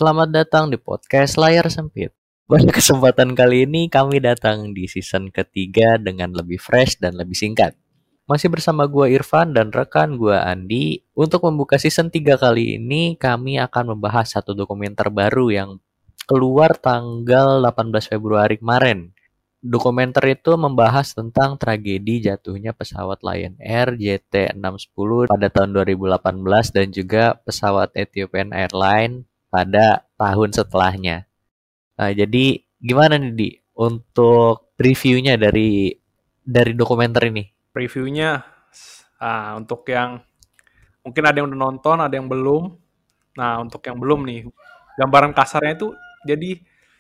selamat datang di podcast Layar Sempit. Pada kesempatan kali ini kami datang di season ketiga dengan lebih fresh dan lebih singkat. Masih bersama gua Irfan dan rekan gua Andi. Untuk membuka season 3 kali ini kami akan membahas satu dokumenter baru yang keluar tanggal 18 Februari kemarin. Dokumenter itu membahas tentang tragedi jatuhnya pesawat Lion Air JT610 pada tahun 2018 dan juga pesawat Ethiopian Airlines pada tahun setelahnya. Nah, jadi gimana nih Di untuk reviewnya dari dokumenter ini? Reviewnya untuk yang mungkin ada yang udah nonton, ada yang belum. Nah, untuk yang belum nih, gambaran kasarnya itu jadi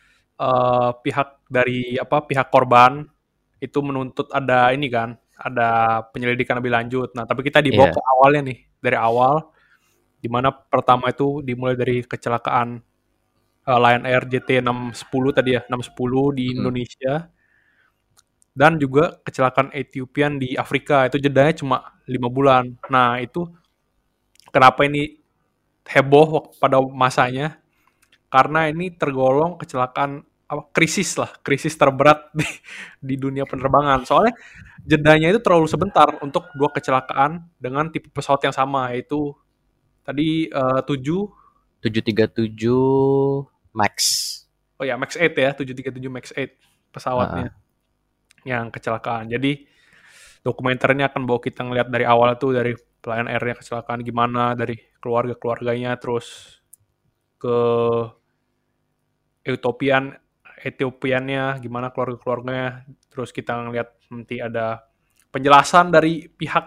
pihak korban itu menuntut ada ini kan, ada penyelidikan lebih lanjut. Nah, tapi kita dibawa Iya. ke awalnya nih, dari awal, di mana pertama itu dimulai dari kecelakaan Lion Air JT610 tadi ya, 610 di Indonesia. Dan juga kecelakaan Ethiopian di Afrika, itu jedanya cuma 5 bulan. Nah, itu kenapa ini heboh pada masanya? Karena ini tergolong kecelakaan krisis terberat di dunia penerbangan. Soalnya jedanya itu terlalu sebentar untuk dua kecelakaan dengan tipe pesawat yang sama, yaitu tadi 737 Max. Max 8 ya, 737 Max 8 pesawatnya yang kecelakaan. Jadi dokumenter ini akan bawa kita ngeliat dari awal tuh, dari Lion Air-nya kecelakaan gimana, dari keluarga-keluarganya, terus ke Ethiopiannya gimana, keluarga-keluarganya, terus kita ngeliat nanti ada penjelasan dari pihak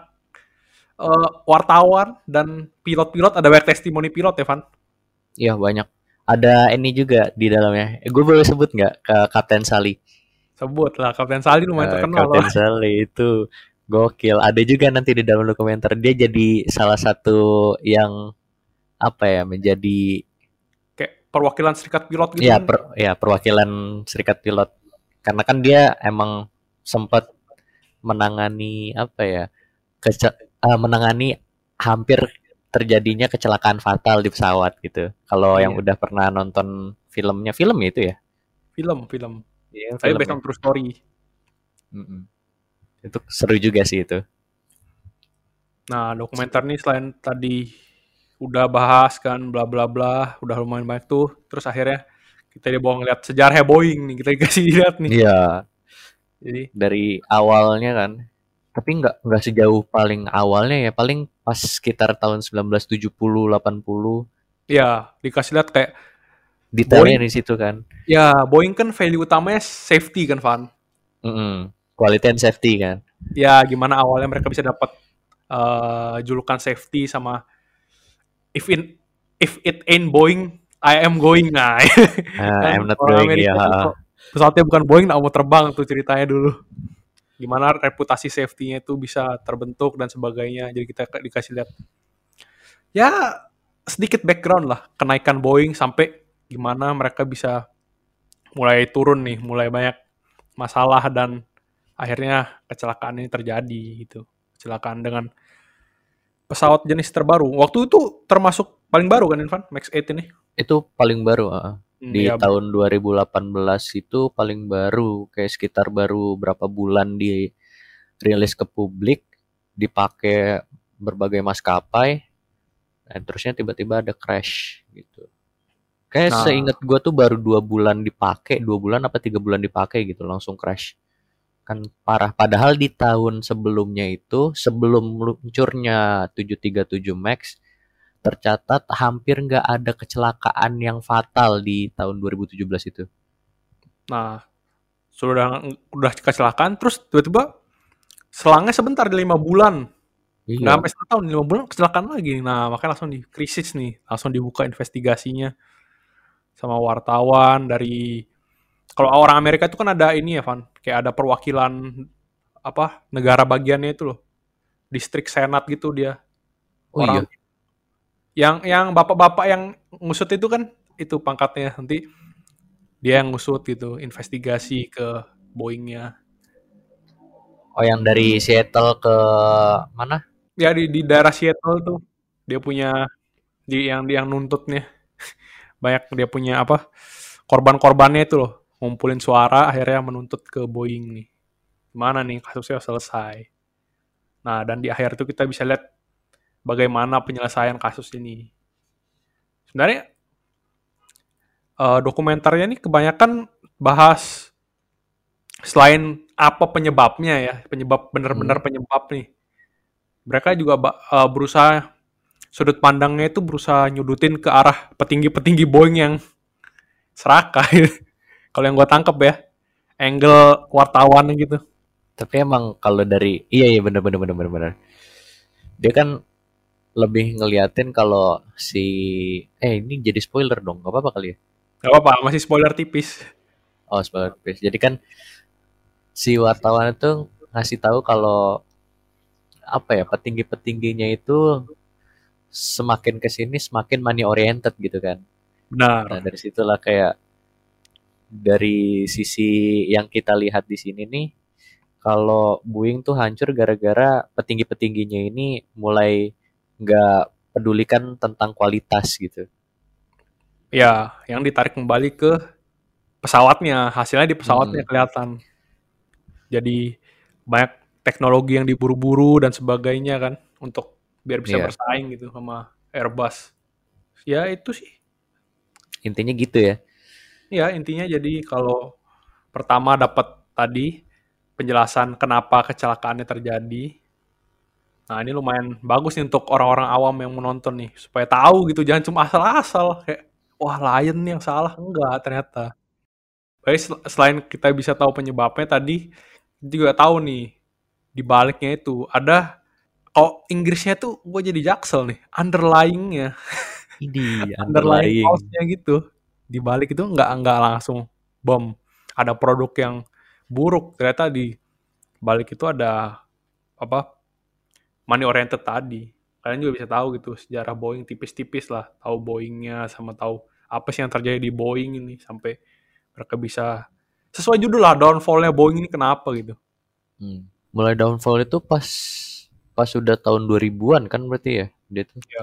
wartawan dan pilot-pilot, ada banyak testimoni pilot ya, Van? Iya banyak. Ada ini juga di dalamnya. Gue boleh sebut nggak ke Kapten Sali? Sebut lah, Kapten Sali lumayan terkenal loh. Kapten Sali itu gokil. Ada juga nanti di dalam dokumenter dia jadi salah satu yang apa ya, menjadi Kayak perwakilan serikat pilot gitu ya kan. perwakilan serikat pilot. Karena kan dia emang sempat menangani apa ya, menangani hampir terjadinya kecelakaan fatal di pesawat gitu. Kalau yang Iya, udah pernah nonton filmnya, film itu ya? film. Iya, Tapi film based ya. on true story. Mm-mm. Itu seru juga sih itu. Nah, dokumenter nih selain tadi udah bahas kan bla bla bla, udah lumayan banyak tuh. Terus akhirnya kita dibawa ngeliat sejarah Boeing nih, kita dikasih lihat nih. Iya, Jadi dari awalnya kan. Tapi nggak sejauh paling awalnya ya, paling pas sekitar tahun 1970 80 ya dikasih lihat kayak detailnya Boeing, di situ kan. ya Boeing kan value utamanya safety kan, Van. Mm-mm. Quality and safety kan. Ya gimana awalnya mereka bisa dapat julukan safety sama if in if it ain't Boeing, I am going. Nah, kan I'm not orang going ya. Amerika tuh kalau pesawatnya bukan Boeing nggak mau terbang tuh ceritanya dulu. Gimana reputasi safety-nya itu bisa terbentuk dan sebagainya. Jadi kita dikasih lihat ya sedikit background lah kenaikan Boeing sampai gimana mereka bisa mulai turun nih, mulai banyak masalah dan akhirnya kecelakaan ini terjadi gitu. Kecelakaan dengan pesawat jenis terbaru. Waktu itu termasuk paling baru kan, Irfan? Max 8 ini. Itu paling baru. Di Ya, tahun 2018 itu paling baru, kayak sekitar baru berapa bulan dirilis ke publik, dipakai berbagai maskapai, dan terusnya tiba-tiba ada crash gitu. Kayak nah, seingat gue tuh baru 2 bulan dipakai, 2 bulan apa 3 bulan dipakai gitu langsung crash. Kan parah. Padahal di tahun sebelumnya itu, sebelum meluncurnya 737 Max, tercatat hampir nggak ada kecelakaan yang fatal di tahun 2017 itu. nah, sudah kecelakaan, terus tiba-tiba selangnya sebentar di 5 bulan. Nggak Iya. sampai 1 tahun, 5 bulan kecelakaan lagi. Nah, makanya langsung di krisis nih. Langsung dibuka investigasinya sama wartawan dari kalau orang Amerika itu kan ada ini ya, Van, kayak ada perwakilan negara bagiannya itu loh, distrik senat gitu dia. Oh iya. Orang yang bapak-bapak yang ngusut itu kan itu pangkatnya, nanti dia yang ngusut gitu, investigasi ke Boeing-nya. Oh yang dari Seattle ke mana? Ya di daerah Seattle tuh dia punya di yang nuntutnya banyak dia punya korban-korbannya itu loh, ngumpulin suara akhirnya menuntut ke Boeing nih. Gimana nih kasusnya selesai. Nah, dan di akhir itu kita bisa lihat bagaimana penyelesaian kasus ini. Sebenarnya dokumenternya ini kebanyakan bahas selain apa penyebabnya ya, benar-benar penyebab nih. Mereka juga berusaha, sudut pandangnya itu berusaha nyudutin ke arah petinggi-petinggi Boeing yang serakah. Kalau yang gue tangkep ya, angle wartawan gitu. Tapi emang kalau dari iya bener. Dia kan lebih ngeliatin kalau si ini jadi spoiler dong, nggak apa-apa kali ya? Gak apa-apa, masih spoiler tipis. Oh, spoiler tipis. Jadi kan si wartawan itu ngasih tahu kalau apa ya, petingginya itu semakin kesini semakin money oriented gitu kan. Benar. Nah dari situlah kayak dari sisi yang kita lihat di sini nih, kalau Boeing tuh hancur gara-gara petingginya ini mulai nggak pedulikan tentang kualitas gitu. Ya, yang ditarik kembali ke pesawatnya, hasilnya di pesawatnya kelihatan. Jadi banyak teknologi yang diburu-buru dan sebagainya kan, untuk biar bisa bersaing gitu sama Airbus. Ya itu sih. Intinya gitu ya. Ya intinya jadi kalau pertama dapat tadi penjelasan kenapa kecelakaannya terjadi. Nah ini lumayan bagus nih untuk orang-orang awam yang menonton nih, supaya tahu gitu, jangan cuma asal-asal kayak wah Lion nih yang salah, enggak ternyata. Baik, selain kita bisa tahu penyebabnya tadi, kita juga tahu nih di baliknya itu ada, kalau Inggrisnya tuh gue jadi jaksel nih, underlying-nya. Underlying cause-nya gitu. Di balik itu enggak langsung bom. Ada produk yang buruk, ternyata di balik itu ada money oriented tadi. Kalian juga bisa tahu gitu sejarah Boeing tipis-tipis lah, tahu Boeing-nya sama tahu apa sih yang terjadi di Boeing ini sampai mereka bisa sesuai judul lah, downfall-nya Boeing ini kenapa gitu. Mulai downfall itu pas sudah tahun 2000-an kan berarti ya dia tuh. Ya.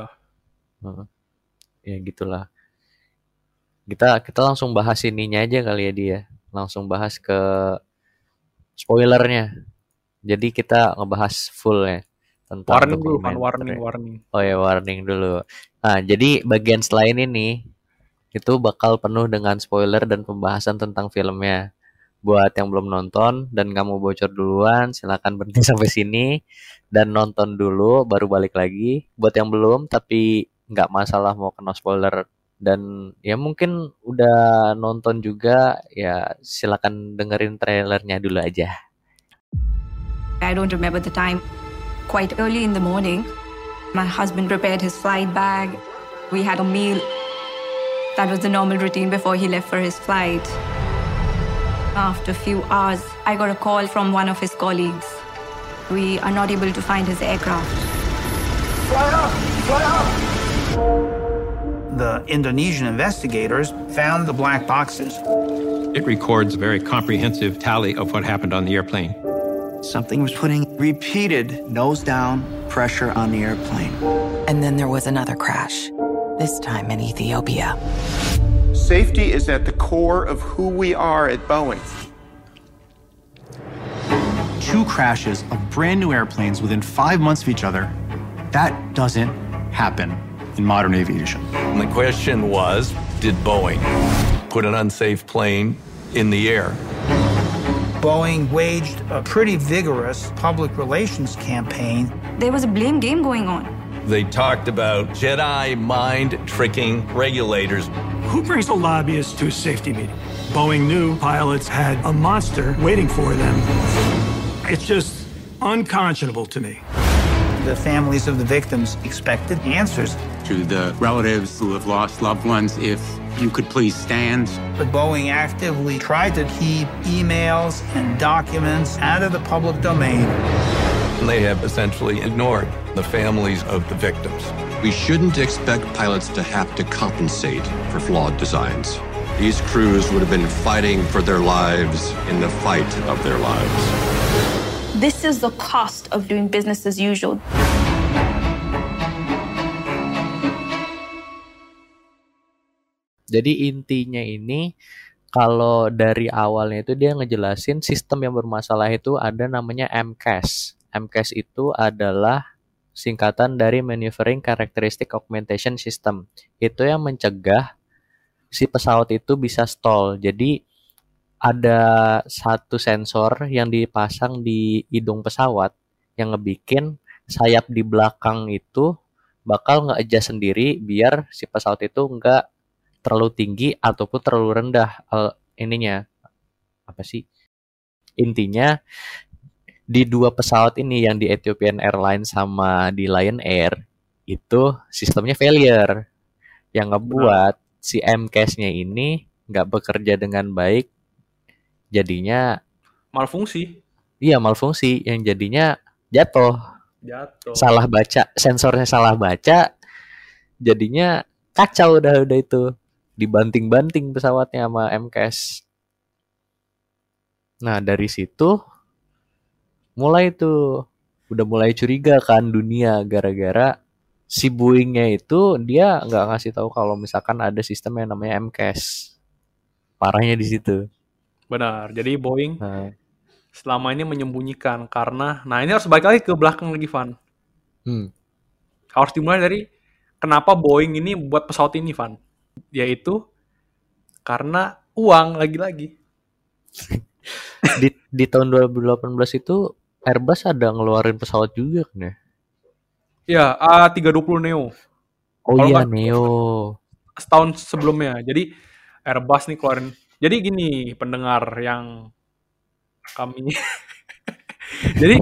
Ya gitulah. Kita langsung bahas ininya aja kali ya dia. Langsung bahas ke spoilernya. Jadi kita ngebahas full ya tentang warning. Oh ya, warning dulu. Nah, jadi bagian selain ini itu bakal penuh dengan spoiler dan pembahasan tentang filmnya. Buat yang belum nonton dan nggak mau bocor duluan, silakan berhenti sampai sini dan nonton dulu baru balik lagi. Buat yang belum tapi nggak masalah mau kena spoiler dan ya mungkin udah nonton juga, ya silakan dengerin trailernya dulu aja. I don't remember the time. Quite early in the morning, my husband prepared his flight bag. We had a meal. That was the normal routine before he left for his flight. After a few hours, I got a call from one of his colleagues. We are not able to find his aircraft. Fly up! The Indonesian investigators found the black boxes. It records a very comprehensive tally of what happened on the airplane. Something was putting repeated nose-down pressure on the airplane. And then there was another crash, this time in Ethiopia. Safety is at the core of who we are at Boeing. 2 crashes of brand new airplanes within 5 months of each other. That doesn't happen in modern aviation. And the question was, did Boeing put an unsafe plane in the air? Boeing waged a pretty vigorous public relations campaign. There was a blame game going on. They talked about Jedi mind tricking regulators. Who brings a lobbyist to a safety meeting? Boeing knew pilots had a monster waiting for them. It's just unconscionable to me. The families of the victims expected answers. To the relatives who have lost loved ones, if you could please stand. But Boeing actively tried to keep emails and documents out of the public domain. They have essentially ignored the families of the victims. We shouldn't expect pilots to have to compensate for flawed designs. These crews would have been fighting for their lives in the fight of their lives. This is the cost of doing business as usual. Jadi intinya ini kalau dari awalnya itu dia ngejelasin sistem yang bermasalah itu ada namanya MCAS. MCAS itu adalah singkatan dari Maneuvering Characteristic Augmentation System. Itu yang mencegah si pesawat itu bisa stall. Jadi ada satu sensor yang dipasang di hidung pesawat yang ngebikin sayap di belakang itu bakal nge-adjust sendiri biar si pesawat itu nggak terlalu tinggi ataupun terlalu rendah. Ininya apa sih? Intinya di dua pesawat ini yang di Ethiopian Airlines sama di Lion Air itu sistemnya failure yang ngebuat si MCAS-nya ini nggak bekerja dengan baik, jadinya malfungsi. Iya, malfungsi yang jadinya jatuh. Salah baca, sensornya salah baca, jadinya kacau udah itu. Dibanting-banting pesawatnya sama MCAS. Nah, dari situ mulai tuh udah mulai curiga kan dunia gara-gara si Boeing-nya itu dia nggak ngasih tahu kalau misalkan ada sistem yang namanya MCAS. Parahnya di situ. Benar. Jadi Boeing selama ini menyembunyikan karena, nah ini harus balik lagi ke belakang lagi, Van. Harus dimulai dari kenapa Boeing ini buat pesawat ini, Van. Yaitu karena uang lagi-lagi. di tahun 2018 itu Airbus ada ngeluarin pesawat juga kan ya? Ya, A320 Neo. Oh iya, Neo. Setahun sebelumnya. Jadi Airbus nih keluarin. Jadi gini, pendengar yang kami. Jadi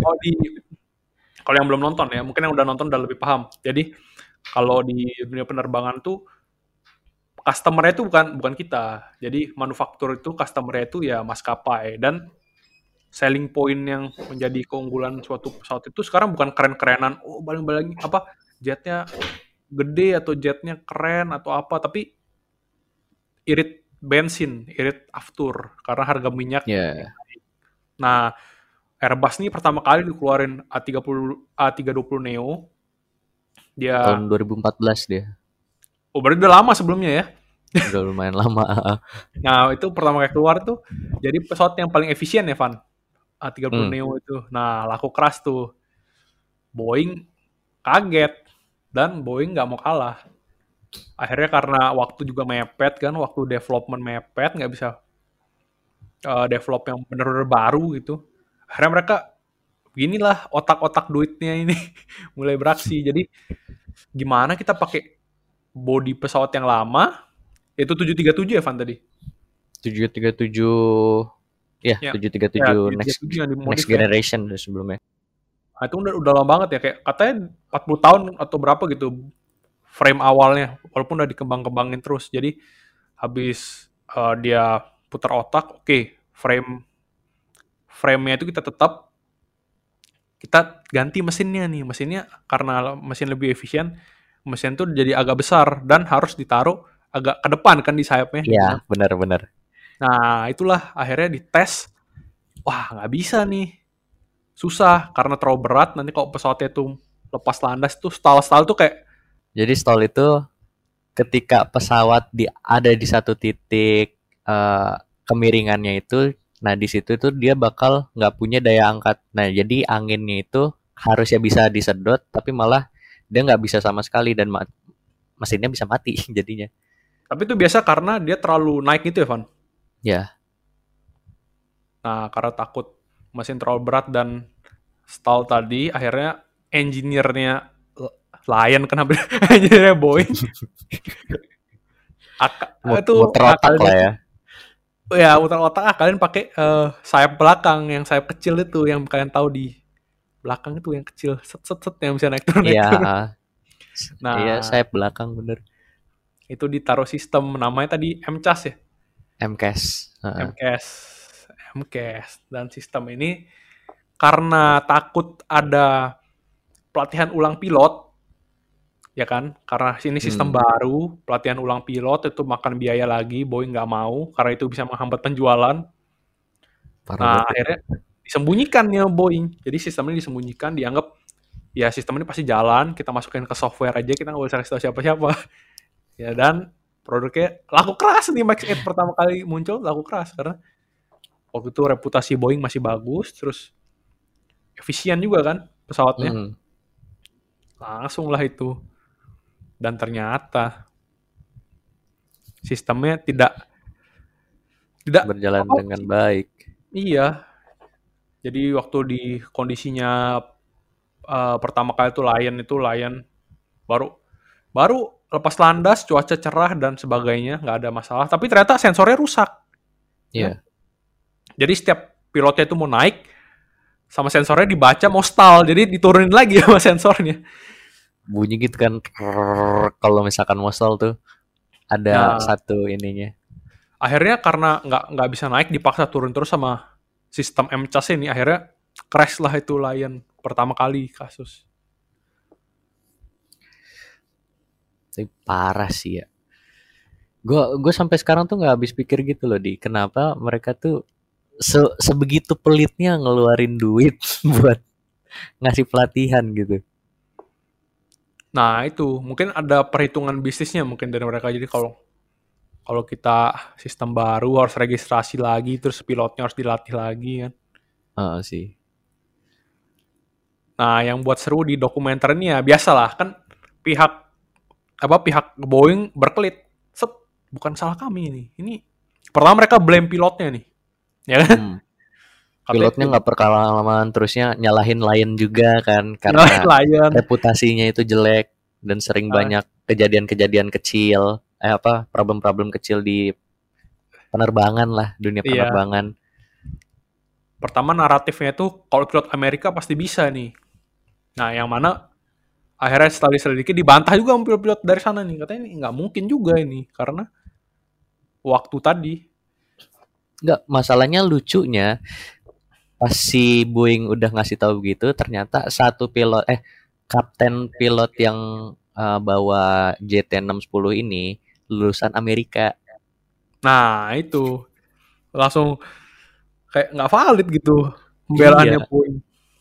kalau yang belum nonton ya, mungkin yang udah nonton udah lebih paham. Jadi kalau di dunia penerbangan tuh customer-nya itu bukan kita. Jadi manufaktur itu customer-nya itu ya maskapai, dan selling point yang menjadi keunggulan suatu pesawat itu sekarang bukan keren-kerenan, oh baling-baling apa jetnya gede atau jetnya keren atau apa, tapi irit bensin, irit aftur karena harga minyak. Nah, Airbus ini pertama kali dikeluarin A320 Neo. Dia tahun 2014 dia. Oh, berarti udah lama sebelumnya ya? Udah lumayan lama. Nah, itu pertama kali keluar tuh jadi pesawat yang paling efisien ya, Van. A320 Neo itu. Nah, laku keras tuh. Boeing kaget dan Boeing nggak mau kalah. Akhirnya karena waktu juga mepet kan, waktu development mepet, nggak bisa develop yang bener-bener baru gitu. Akhirnya mereka beginilah otak-otak duitnya ini mulai beraksi. Jadi gimana kita pakai bodi pesawat yang lama, itu 737 ya Van tadi? 737 ya, 737 next generation sebelumnya. Nah, itu udah lama banget ya, kayak katanya 40 tahun atau berapa gitu frame awalnya, walaupun udah dikembang-kembangin terus. Jadi habis dia putar otak, oke, frame-nya itu kita ganti mesinnya nih. Mesinnya karena mesin lebih efisien, mesin tuh jadi agak besar dan harus ditaruh agak ke depan kan di sayapnya. Iya, benar-benar. Nah, itulah akhirnya dites. Wah, nggak bisa nih. Susah karena terlalu berat. Nanti kalau pesawatnya tuh lepas landas tuh stall tuh kayak. Jadi stall itu ketika pesawat ada di satu titik kemiringannya itu, nah di situ tuh dia bakal nggak punya daya angkat. Nah, jadi anginnya itu harusnya bisa disedot, tapi malah dia nggak bisa sama sekali dan mesinnya bisa mati jadinya. Tapi itu biasa karena dia terlalu naik gitu ya, Van? Ya. Nah, karena takut mesin terlalu berat dan stall tadi, akhirnya engineer-nya Lion, kenapa engineer-nya Boeing? Itu muter otak lah ya. Ya, muter otak kalian pakai sayap belakang, yang sayap kecil itu, yang kalian tahu di belakang itu yang kecil, set yang bisa naik turun. Iya. Nah, iya, sayap belakang bener. Itu ditaruh sistem, namanya tadi MCAS ya? MCAS. Dan sistem ini karena takut ada pelatihan ulang pilot, ya kan? Karena ini sistem baru, pelatihan ulang pilot itu makan biaya lagi, Boeing nggak mau, karena itu bisa menghambat penjualan. Nah, akhirnya disembunyikan ya Boeing. Jadi sistem ini disembunyikan, dianggap ya sistem ini pasti jalan, kita masukin ke software aja, kita nggak usah kasih tahu siapa-siapa. Ya, dan produknya laku keras nih. Max 8 pertama kali muncul laku keras karena waktu itu reputasi Boeing masih bagus, terus efisien juga kan pesawatnya. Langsung lah itu. Dan ternyata sistemnya tidak berjalan dengan baik. Iya. Jadi waktu di kondisinya pertama kali itu Lion baru lepas landas, cuaca cerah dan sebagainya, nggak ada masalah. Tapi ternyata sensornya rusak. Iya. Jadi setiap pilotnya itu mau naik, sama sensornya dibaca mau stall, jadi diturunin lagi sama sensornya. Bunyi gitu kan, kalau misalkan mau stall tuh ada satu ininya. Akhirnya karena nggak bisa naik, dipaksa turun terus sama sistem MCAS ini, akhirnya crash lah itu Lion pertama kali kasus. Tapi parah sih ya. Gue sampai sekarang tuh nggak habis pikir gitu loh, kenapa mereka tuh sebegitu pelitnya ngeluarin duit buat ngasih pelatihan gitu. Nah itu mungkin ada perhitungan bisnisnya mungkin dari mereka. Jadi kalau kita sistem baru harus registrasi lagi, terus pilotnya harus dilatih lagi kan. Sih. Nah yang buat seru di dokumenter ini ya biasalah kan pihak Boeing berkelit, bukan salah kami ini. Ini pertama mereka blame pilotnya nih, ya kan? Pilotnya nggak berpengalaman, terusnya nyalahin Lion juga kan, karena reputasinya itu jelek dan sering banyak kejadian-kejadian kecil, problem-problem kecil di penerbangan lah, dunia penerbangan. Pertama naratifnya itu kalau pilot Amerika pasti bisa nih. Nah yang mana akhirnya setelah diselidiki dibantah juga sama pilot dari sana nih. Katanya ini nggak mungkin juga ini. Karena waktu tadi. Nggak, masalahnya lucunya pas si Boeing udah ngasih tahu begitu, ternyata satu pilot, kapten pilot yang bawa JT610 ini lulusan Amerika. Nah itu. Langsung kayak nggak valid gitu pembelaannya Boeing.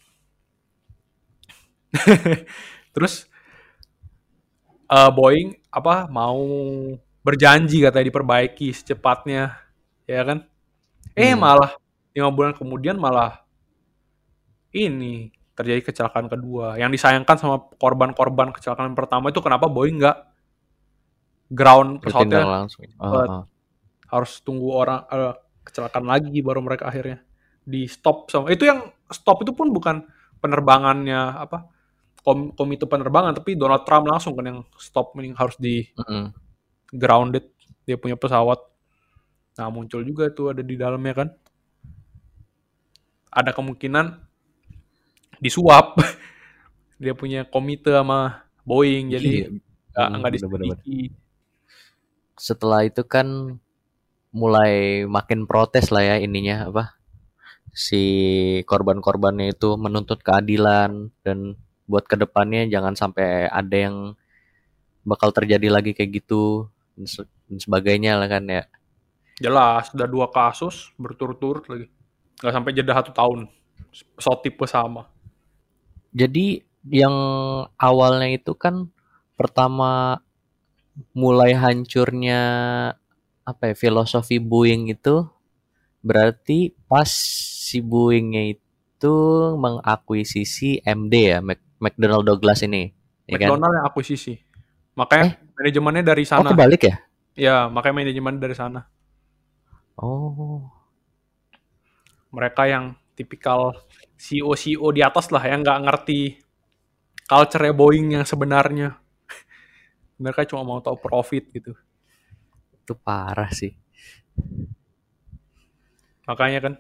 Terus Boeing mau berjanji katanya diperbaiki secepatnya, ya kan? Malah 5 bulan kemudian malah ini terjadi kecelakaan kedua. Yang disayangkan sama korban-korban kecelakaan pertama itu kenapa Boeing nggak ground pesawatnya langsung. Harus tunggu orang kecelakaan lagi baru mereka akhirnya di stop sama. Itu yang stop itu pun bukan penerbangannya komite penerbangan, tapi Donald Trump langsung kan yang stop, mending harus di grounded dia punya pesawat. Nah muncul juga tuh ada di dalamnya kan, ada kemungkinan disuap dia punya komite sama Boeing, jadi nggak diselidiki. Setelah itu kan mulai makin protes lah ya ininya si korban-korbannya itu menuntut keadilan dan buat kedepannya jangan sampai ada yang bakal terjadi lagi kayak gitu dan sebagainya lah kan ya. Jelas, sudah 2 kasus berturut-turut lagi. Nggak sampai jeda 1 tahun. Pesawat tipe sama. Jadi yang awalnya itu kan pertama mulai hancurnya filosofi Boeing itu berarti pas si Boeingnya itu mengakuisisi MD ya, McDonnell Douglas ini. McDonnell yang akuisisi. Makanya manajemennya dari sana. Oh kebalik ya? Ya, makanya manajemen dari sana. Oh. Mereka yang tipikal CEO di atas lah, yang nggak ngerti culture-nya Boeing yang sebenarnya. Mereka cuma mau tahu profit gitu. Itu parah sih. Makanya kan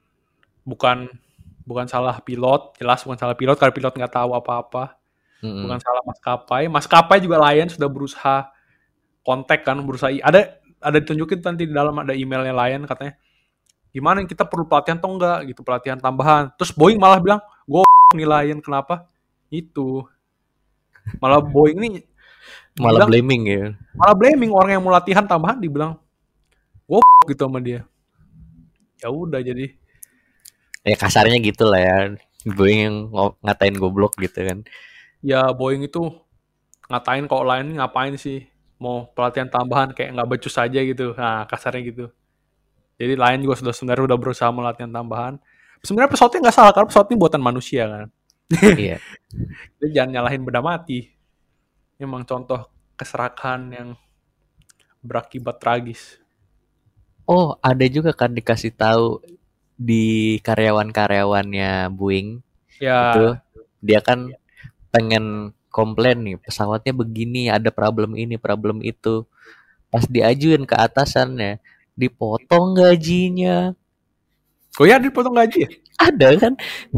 bukan salah pilot, jelas bukan salah pilot karena pilot nggak tahu apa-apa. Bukan salah maskapai juga Lion sudah berusaha kontak kan, ada ditunjukin nanti di dalam ada emailnya Lion katanya gimana kita perlu pelatihan atau enggak gitu, pelatihan tambahan. Terus Boeing malah bilang gue nih Lion, kenapa itu malah Boeing nih malah blaming ya, malah blaming orang yang mau latihan tambahan, dibilang gue gitu sama dia. Ya udah jadi kasarnya gitu lah ya, Boeing yang ngatain goblok gitu kan. Ya Boeing itu ngatain kok Lion ngapain sih mau pelatihan tambahan kayak nggak becus aja gitu. Nah, kasarnya gitu. Jadi Lion juga sebenarnya udah berusaha melatihan tambahan. Sebenarnya pesawatnya nggak salah karena pesawat ini buatan manusia kan. Iya. Jadi jangan nyalahin benda mati. Ini emang contoh keserakahan yang berakibat tragis. Oh, ada juga kan dikasih tahu di karyawan-karyawannya Boeing. Ya. Itu dia kan pengen komplain nih, pesawatnya begini, ada problem ini, problem itu. Pas diajuin ke atasannya, dipotong gajinya. Oh ya, dipotong gaji ya? Ada kan?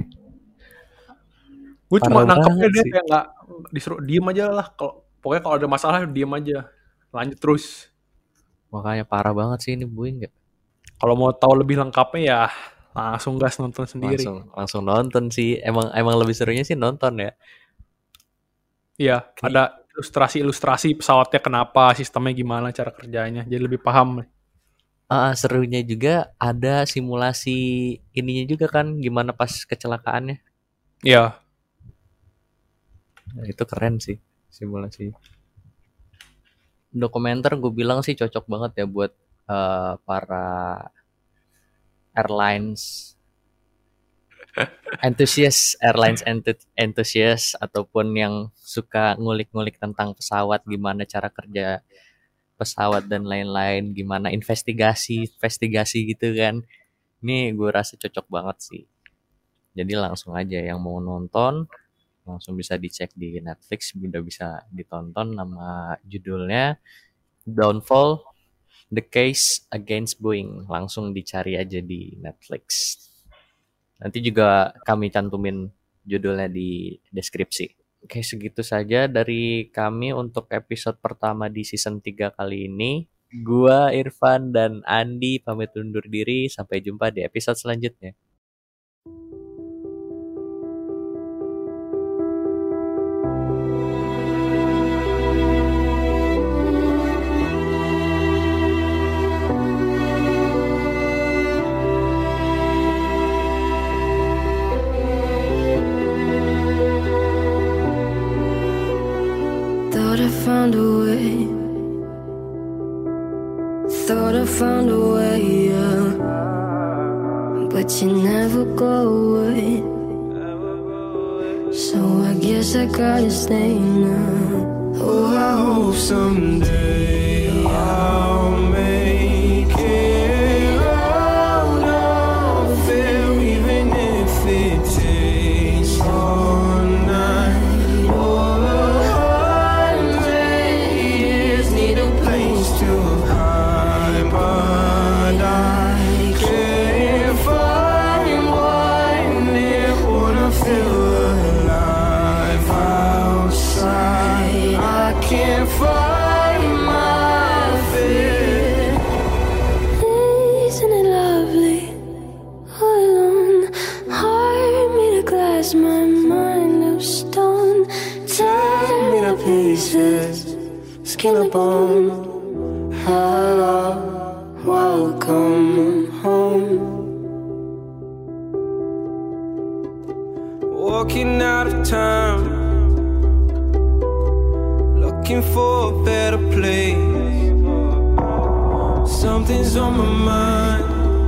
Gue cuma Parah nangkepnya banget dia sih. kayak nggak disuruh diem aja lah. Pokoknya kalau ada masalah diem aja, lanjut terus. Makanya parah banget sih ini Boeing. Kalau mau tahu lebih lengkapnya ya langsung gas nonton sendiri. Langsung nonton sih. Emang lebih serunya sih nonton ya. Iya, ada ilustrasi pesawatnya kenapa, sistemnya gimana, cara kerjanya. Jadi lebih paham. Serunya juga ada simulasi ininya juga kan, gimana pas kecelakaannya. Iya. Nah, itu keren sih simulasi. Dokumenter gue bilang sih cocok banget ya buat para airlines enthusiast ataupun yang suka ngulik-ngulik tentang pesawat, gimana cara kerja pesawat dan lain-lain, gimana investigasi gitu kan. Ini gue rasa cocok banget sih. Jadi langsung aja yang mau nonton langsung bisa dicek di Netflix, udah bisa ditonton. Nama judulnya Downfall: The Case Against Boeing. Langsung dicari aja di Netflix. Nanti juga kami cantumin judulnya di deskripsi. Oke, segitu saja dari kami untuk episode pertama di season 3 kali ini. Gua, Irfan, dan Andi pamit undur diri. Sampai jumpa di episode selanjutnya. Found a way. Thought I found a way, yeah. But you never go away. So I guess I gotta stay now. Oh, I hope someday I'll make it out of it, even if it takes all night. My mind of stone, tear me to pieces, skin and bone. Hello, welcome home. Walking out of time, looking for a better place. Something's on my mind,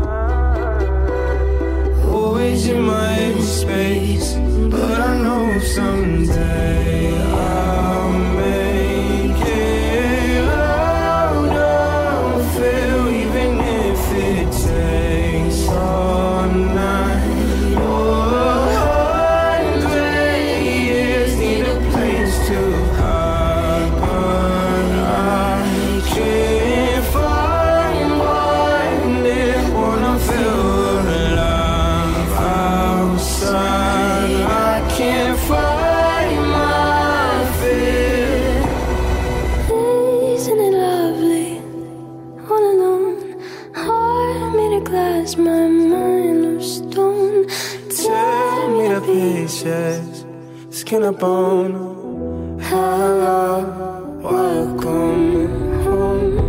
always in my empty space. But I know someday I'll make it out of it, even if it takes all night or 100 years. Need a place to hide, but I can't find one. It wanna feel alive outside. I can't find my fear. Isn't it lovely? All alone, heart made of glass, my mind of stone. Tear me to pieces, skin and bone. Hello, welcome home.